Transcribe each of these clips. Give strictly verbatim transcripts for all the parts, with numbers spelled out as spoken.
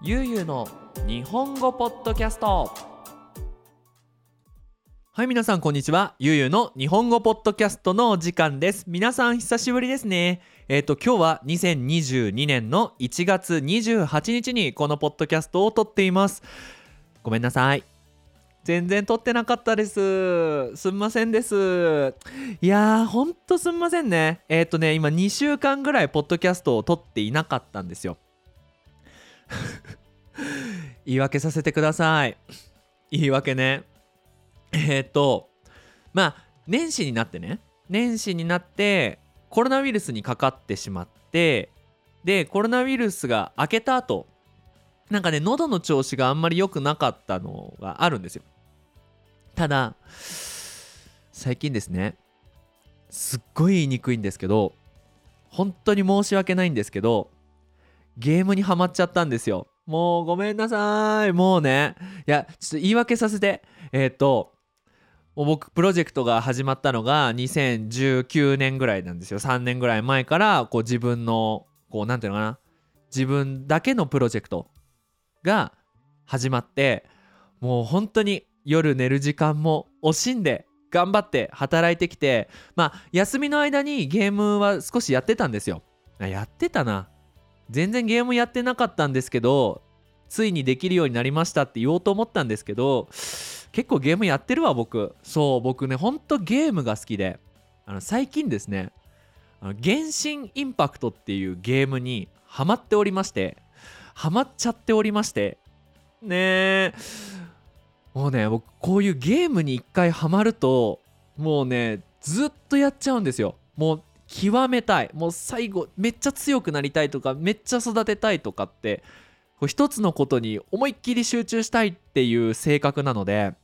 ゆうゆうの日本語ポッドキャスト。はい、皆さんこんにちは。ゆうゆうの日本語ポッドキャストのお時間です。皆さん久しぶりですね。えっと今日はにせんにじゅうにねんのいちがつにじゅうはちにちにこのポッドキャストを撮っています。ごめんなさい、全然撮ってなかったです。すんませんです。いやーほんとすんませんね。えっとね今にしゅうかんぐらいポッドキャストを撮っていなかったんですよ。言い訳させてください。言い訳ね。えっとまあ年始になってね年始になってコロナウイルスにかかってしまって、でコロナウイルスが明けた後なんかね喉の調子があんまり良くなかったのがあるんですよ。ただ最近ですね、すっごい言いにくいんですけど、本当に申し訳ないんですけど、ゲームにハマっちゃったんですよ。もうごめんなさい。もうね、いやちょっと言い訳させて。えっともう僕プロジェクトが始まったのがにせんじゅうきゅうねんぐらいなんですよ。さんねんぐらい前からこう自分のこうなんていうのかな、自分だけのプロジェクトが始まって、もう本当に夜寝る時間も惜しんで頑張って働いてきて、まあ休みの間にゲームは少しやってたんですよ。あやってたな。全然ゲームやってなかったんですけど、ついにできるようになりましたって言おうと思ったんですけど、結構ゲームやってるわ僕。そう僕ねほんとゲームが好きで、あの最近ですねあの原神インパクトっていうゲームにハマっておりましてハマっちゃっておりましてねえ、もうね僕こういうゲームに一回ハマるともうねずっとやっちゃうんですよ。もう極めたい、もう最後めっちゃ強くなりたいとかめっちゃ育てたいとかって、こう一つのことに思いっきり集中したいっていう性格なので、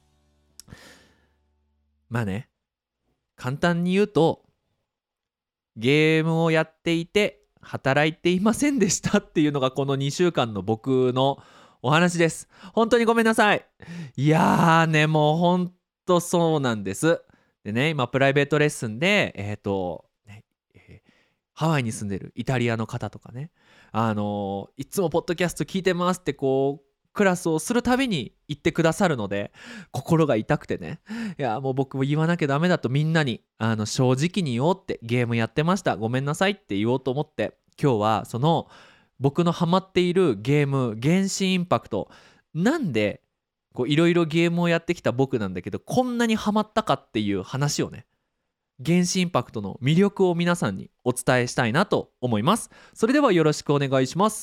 まあね簡単に言うとゲームをやっていて働いていませんでしたっていうのがこのにしゅうかんの僕のお話です。本当にごめんなさい。いやーねもうほんとそうなんです。でね今プライベートレッスンでえっ、と、ねえーハワイに住んでるイタリアの方とかね、あのーいつもポッドキャスト聞いてますってこうクラスをするたびに言ってくださるので心が痛くてね、いやもう僕も言わなきゃダメだとみんなにあの正直に言おうって、ゲームやってましたごめんなさいって言おうと思って今日はその僕のハマっているゲーム原神インパクト、なんでこういろいろゲームをやってきた僕なんだけどこんなにハマったかっていう話をね、原神インパクトの魅力を皆さんにお伝えしたいなと思います。それではよろしくお願いします。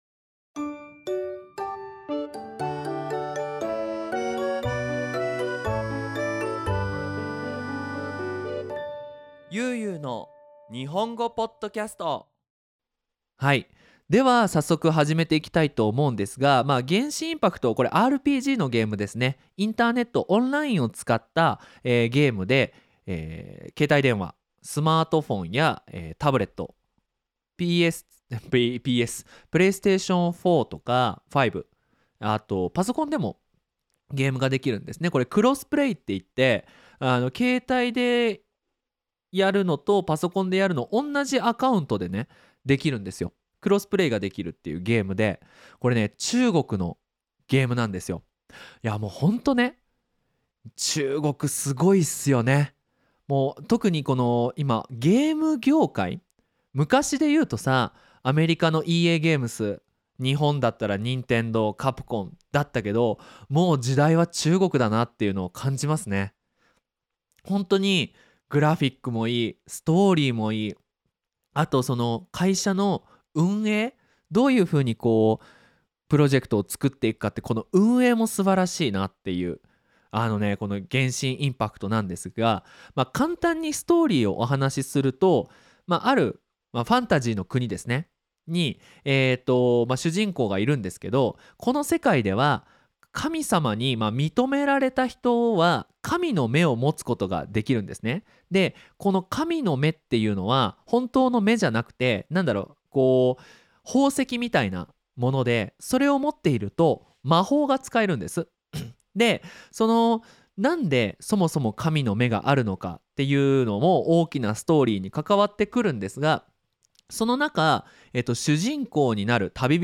ゆうゆうの日本語ポッドキャスト。はい、では早速始めていきたいと思うんですが、まあ、原神インパクトこれ アールピージー のゲームですね。インターネットオンラインを使った、えーゲームで、えー携帯電話スマートフォンや、えータブレット ピーエス ピーエス プレイステーションフォーとかファイブ、あとパソコンでもゲームができるんですね。これクロスプレイって言って、あの携帯でやるのとパソコンでやるの同じアカウントでねできるんですよ。クロスプレイができるっていうゲームで、これね中国のゲームなんですよ。いやもうほんとね中国すごいっすよね。もう特にこの今ゲーム業界、昔で言うとさアメリカの イーエー ゲームス、日本だったら任天堂カプコンだったけど、もう時代は中国だなっていうのを感じますね。本当にグラフィックもいい、ストーリーもいい、あとその会社の運営、どういうふうにこうプロジェクトを作っていくかって、この運営も素晴らしいなっていう、あのねこの原神インパクトなんですが、まあ、簡単にストーリーをお話しすると、まあ、ある、まあ、ファンタジーの国ですねに、えーとまあ、主人公がいるんですけど、この世界では神様にまあ認められた人は神の目を持つことができるんですね。でこの神の目っていうのは本当の目じゃなくて、なんだろうこう宝石みたいなもので、それを持っていると魔法が使えるんです。でそのなんでそもそも神の目があるのかっていうのも大きなストーリーに関わってくるんですが、その中、えっと、主人公になる旅人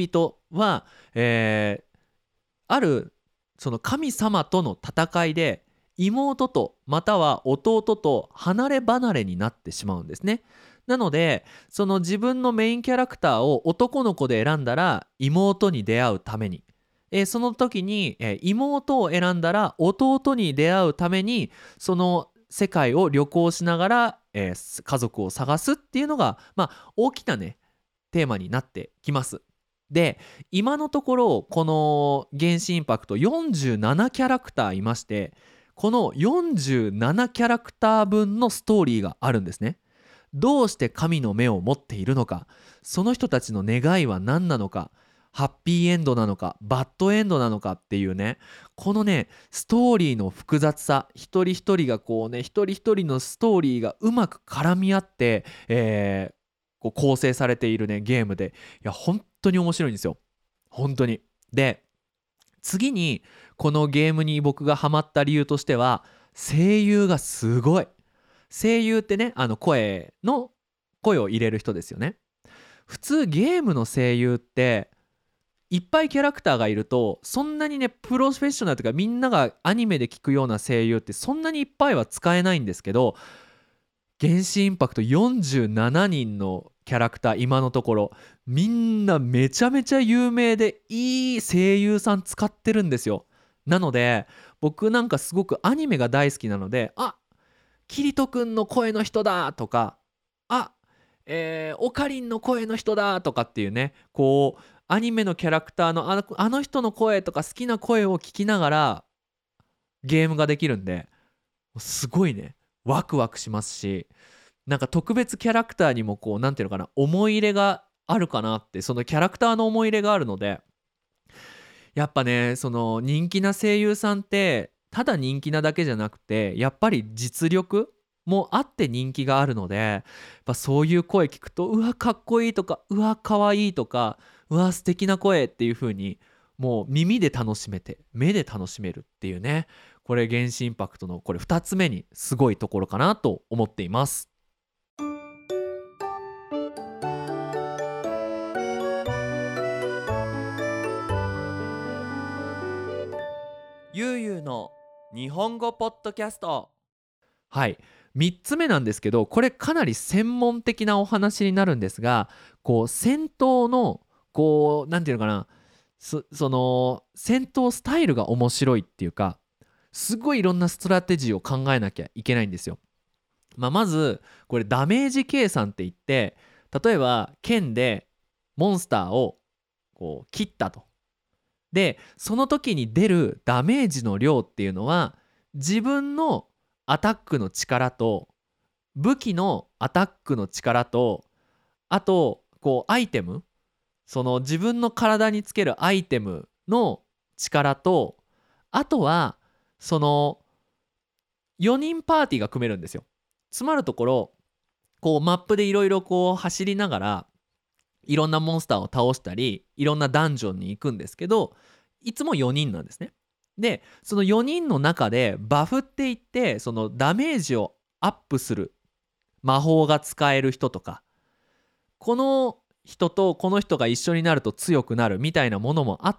は、えーあるその神様との戦いで妹とまたは弟と離れ離れになってしまうんですね。なのでその自分のメインキャラクターを男の子で選んだら妹に出会うために、えーその時に、えー妹を選んだら弟に出会うためにその世界を旅行しながら、えー家族を探すっていうのが、まあ、大きなねテーマになってきます。で今のところこの原神インパクトよんじゅうななキャラクターいまして、このよんじゅうななキャラクター分のストーリーがあるんですね。どうして神の目を持っているのか、その人たちの願いは何なのか、ハッピーエンドなのかバッドエンドなのかっていうね、このねストーリーの複雑さ、一人一人がこうね一人一人のストーリーがうまく絡み合って、えーこう構成されているねゲームで、いや本当に面白いんですよ、本当に。で次にこのゲームに僕がハマった理由としては、声優がすごい。声優ってね、あの声の声を入れる人ですよね。普通ゲームの声優っていっぱいキャラクターがいるとそんなにねプロフェッショナルとかみんながアニメで聞くような声優ってそんなにいっぱいは使えないんですけど、原神インパクトよんじゅうななにんのキャラクター今のところみんなめちゃめちゃ有名でいい声優さん使ってるんですよ。なので僕なんかすごくアニメが大好きなので、あ、キリトくんの声の人だとか、あ、えー、オカリンの声の人だとかっていうね、こうアニメのキャラクターのあの、あの人の声とか好きな声を聞きながらゲームができるんで、すごいねワクワクしますし、なんか特別キャラクターにもこうなんていうのかな、思い入れがあるかなって、そのキャラクターの思い入れがあるので、やっぱねその人気な声優さんってただ人気なだけじゃなくてやっぱり実力もあって人気があるので、やっぱそういう声聞くとうわかっこいいとかうわかわいいとかうわ素敵な声っていう風にもう耳で楽しめて目で楽しめるっていうね、これ原神インパクトのこれふたつめにすごいところかなと思っています。ゆうゆうの日本語ポッドキャスト。はい、みっつめなんですけど、これかなり専門的なお話になるんですが、こう戦闘のこうなんていうのかな、そその戦闘スタイルが面白いっていうか、すごいいろんなストラテジーを考えなきゃいけないんですよ。まあ、まずこれダメージ計算って言って、例えば剣でモンスターをこう切ったと。でその時に出るダメージの量っていうのは自分のアタックの力と武器のアタックの力と、あとこうアイテム、その自分の体につけるアイテムの力と、あとはそのよにんパーティーが組めるんですよ。つまるところこうマップでいろいろこう走りながらいろんなモンスターを倒したりいろんなダンジョンに行くんですけど、いつもよにんなんですね。でそのよにんの中でバフって言ってそのダメージをアップする魔法が使える人とか、この人とこの人が一緒になると強くなるみたいなものもあって、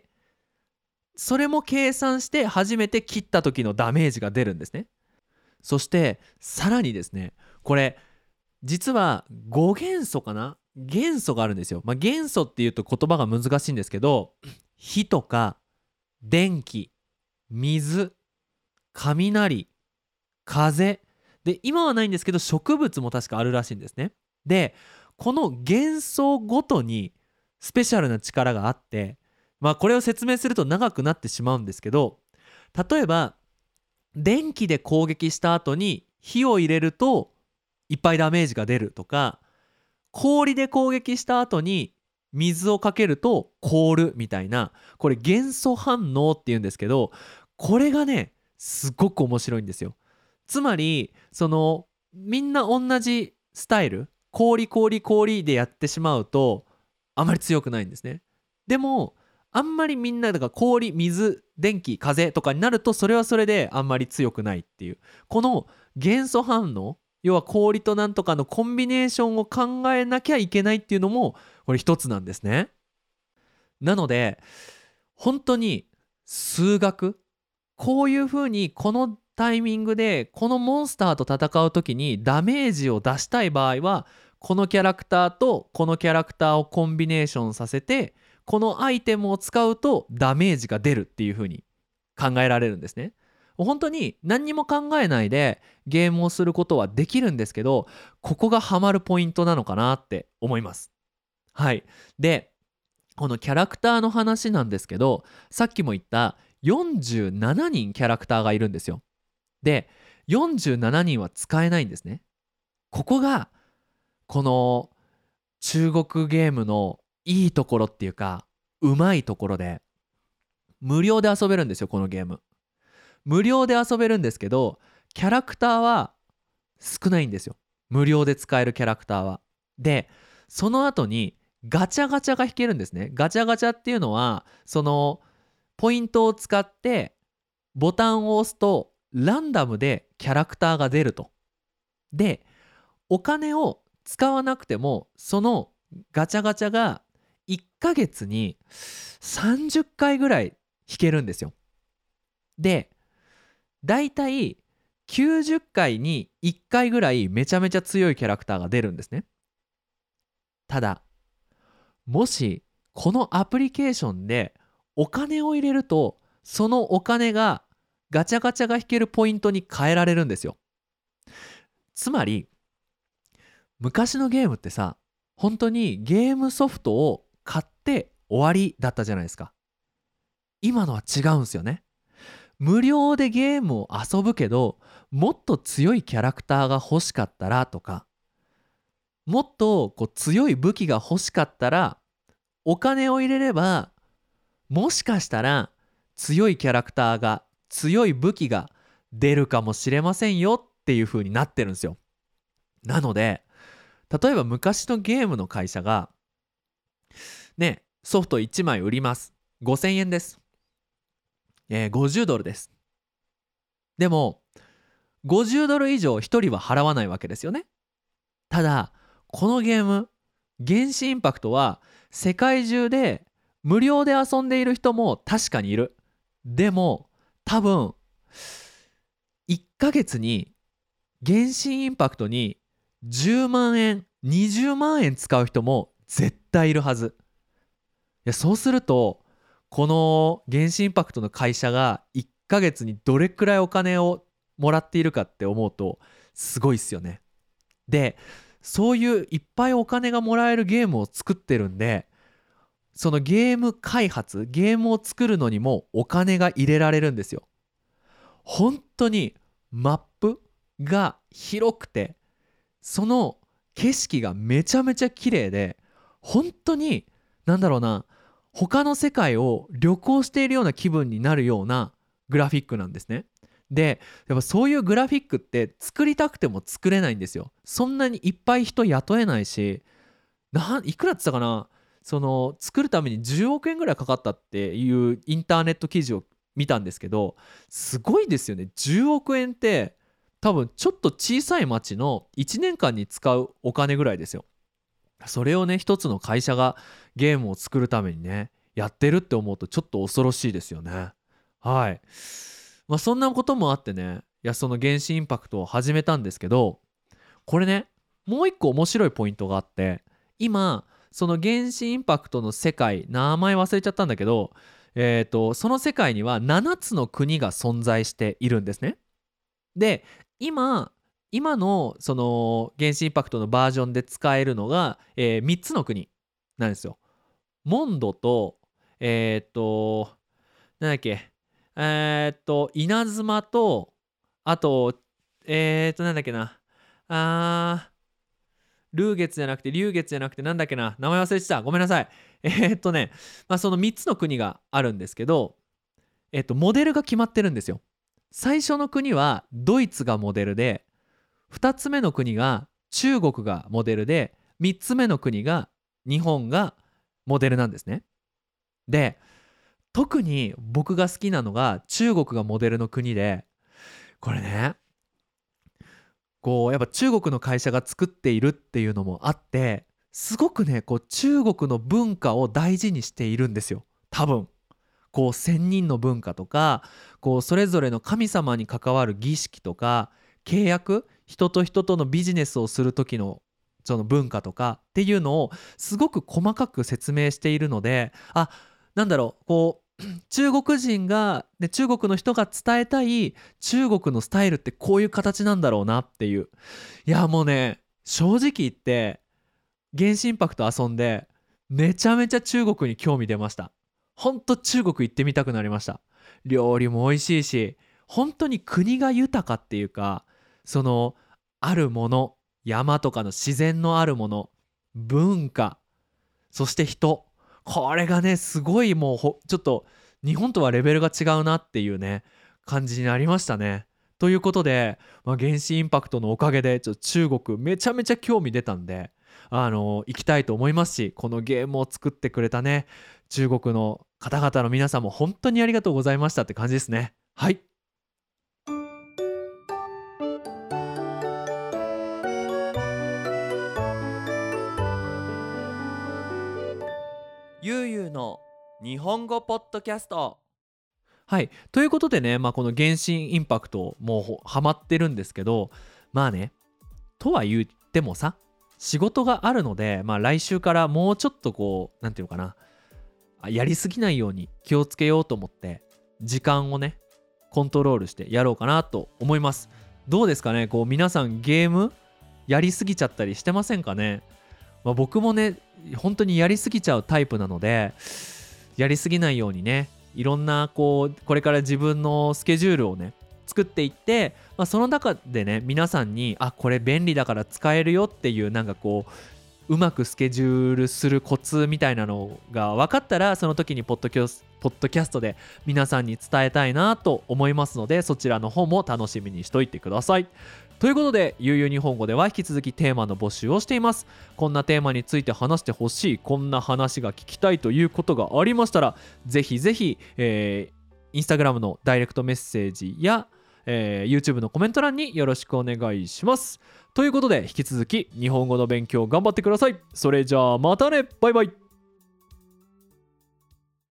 それも計算して初めて切った時のダメージが出るんですね。そしてさらにですね、これ実はご元素かな、元素があるんですよ。まあ、元素っていうと言葉が難しいんですけど、火とか電気、水、雷、風で、今はないんですけど植物も確かあるらしいんですね。でこの元素ごとにスペシャルな力があって、まあこれを説明すると長くなってしまうんですけど、例えば電気で攻撃した後に火を入れるといっぱいダメージが出るとか、氷で攻撃した後に水をかけると凍るみたいな、これ元素反応っていうんですけど、これがねすごく面白いんですよ。つまりそのみんな同じスタイル、氷氷氷でやってしまうとあまり強くないんですね。でもあんまりみんなだから氷水電気風とかになるとそれはそれであんまり強くないっていう、この元素反応、要は氷となんとかのコンビネーションを考えなきゃいけないっていうのもこれ一つなんですね。 なので本当に数学、こういう風にこのタイミングでこのモンスターと戦う時にダメージを出したい場合は、このキャラクターとこのキャラクターをコンビネーションさせて、このアイテムを使うとダメージが出るっていう風に考えられるんですね。本当に何にも考えないでゲームをすることはできるんですけど、ここがハマるポイントなのかなって思います。はい。で、このキャラクターの話なんですけど、さっきも言ったよんじゅうななにんキャラクターがいるんですよ。で、よんじゅうななにんは使えないんですね。ここがこの中国ゲームのいいところっていうか、うまいところで、無料で遊べるんですよ、このゲーム。無料で遊べるんですけど、キャラクターは少ないんですよ。無料で使えるキャラクターは。で、その後にガチャガチャが引けるんですね。ガチャガチャっていうのは、そのポイントを使ってボタンを押すとランダムでキャラクターが出ると。で、お金を使わなくてもそのガチャガチャがいっかげつにさんじゅっかいぐらい引けるんですよ。で、だいたいきゅうじゅっかいにいっかいぐらいめちゃめちゃ強いキャラクターが出るんですね。ただ、もしこのアプリケーションでお金を入れると、そのお金がガチャガチャが引けるポイントに変えられるんですよ。つまり昔のゲームってさ、本当にゲームソフトを買って終わりだったじゃないですか。今のは違うんですよね。無料でゲームを遊ぶけど、もっと強いキャラクターが欲しかったらとか、もっとこう強い武器が欲しかったら、お金を入れればもしかしたら強いキャラクターが、強い武器が出るかもしれませんよっていう風になってるんですよ。なので、例えば昔のゲームの会社がね、ソフトいちまい売ります、ごせんえんです、えー、ごじゅうドルです。でもごじゅうドル以上ひとりは払わないわけですよね。ただこのゲーム、原始インパクトは世界中で無料で遊んでいる人も確かにいる。でも多分いっかげつに原始インパクトにじゅうまんえんにじゅうまんえん使う人も絶対いるはず。いや、そうするとこの原始インパクトの会社がいっかげつにどれくらいお金をもらっているかって思うとすごいっすよね。で、そういういっぱいお金がもらえるゲームを作ってるんで、そのゲーム開発、ゲームを作るのにもお金が入れられるんですよ。本当にマップが広くて、その景色がめちゃめちゃ綺麗で、本当になんだろうな、他の世界を旅行しているような気分になるようなグラフィックなんですね。で、やっぱそういうグラフィックって作りたくても作れないんですよ。そんなにいっぱい人雇えないし、ないくらって言ったかな、その作るためにじゅうおくえんぐらいかかったっていうインターネット記事を見たんですけど、すごいですよね。じゅうおくえんって多分ちょっと小さい町のいちねんかんに使うお金ぐらいですよ。それをね、一つの会社がゲームを作るためにねやってるって思うとちょっと恐ろしいですよね。はい。まあそんなこともあってね、いや、その原始インパクトを始めたんですけど、これね、もう一個面白いポイントがあって、今その原始インパクトの世界、名前忘れちゃったんだけど、えーとその世界にはななつの国が存在しているんですね。で、今今のその原始インパクトのバージョンで使えるのが、えー、みっつの国なんですよ。モンドと、えっ、となんだっけ、えっ、と稲妻と、あとえっ、となんだっけな、あールー月じゃなくて龍月じゃなくてなんだっけな、名前忘れてた、ごめんなさい。えーっとね、まあ、そのみっつの国があるんですけど、えっとモデルが決まってるんですよ。最初の国はドイツがモデルで、ふたつめの国が中国がモデルで、みっつめの国が日本がモデルなんですね。で、特に僕が好きなのが中国がモデルの国で、これね、こうやっぱ中国の会社が作っているっていうのもあって、 すごくねこう中国の文化を大事にしているんですよ多分。こう仙人の文化とか、こうそれぞれの神様に関わる儀式とか契約、人と人とのビジネスをする時のその文化とかっていうのをすごく細かく説明しているので、あ、なんだろう、こう中国人が、ね、中国の人が伝えたい中国のスタイルってこういう形なんだろうなっていう。いやもうね正直言って原神インパクト遊んでめちゃめちゃ中国に興味出ました。ほんと中国行ってみたくなりました。料理も美味しいし、本当に国が豊かっていうか、そのあるもの、山とかの自然のあるもの、文化、そして人、これがねすごいもうほちょっと日本とはレベルが違うなっていうね感じになりましたね。ということで、まあ、原神インパクトのおかげでちょっと中国めちゃめちゃ興味出たんで、あの行きたいと思いますし、このゲームを作ってくれたね中国の方々の皆さんも本当にありがとうございましたって感じですね。はい。ゆうゆうの日本語ポッドキャスト。はい。ということでね、まあ、この原神インパクトもうほハマってるんですけど、まあね、とは言ってもさ、仕事があるので、まあ、来週からもうちょっとこう、なんていうのかな、あやりすぎないように気をつけようと思って、時間をね、コントロールしてやろうかなと思います。どうですかね、こう皆さんゲームやりすぎちゃったりしてませんかね。まあ、僕もね、本当にやりすぎちゃうタイプなので、やりすぎないようにね、いろんなこうこれから自分のスケジュールをね作っていって、まあ、その中でね皆さんにあこれ便利だから使えるよっていうなんかこううまくスケジュールするコツみたいなのが分かったら、その時にポッドキャスポッドキャストで皆さんに伝えたいなと思いますので、そちらの方も楽しみにしといてください。ということで、ゆうゆう日本語では引き続きテーマの募集をしています。こんなテーマについて話してほしい、こんな話が聞きたいということがありましたら、ぜひぜひ、えー、インスタグラムのダイレクトメッセージや、えー、YouTube のコメント欄によろしくお願いします。ということで、引き続き日本語の勉強頑張ってください。それじゃあまたね、バイバイ。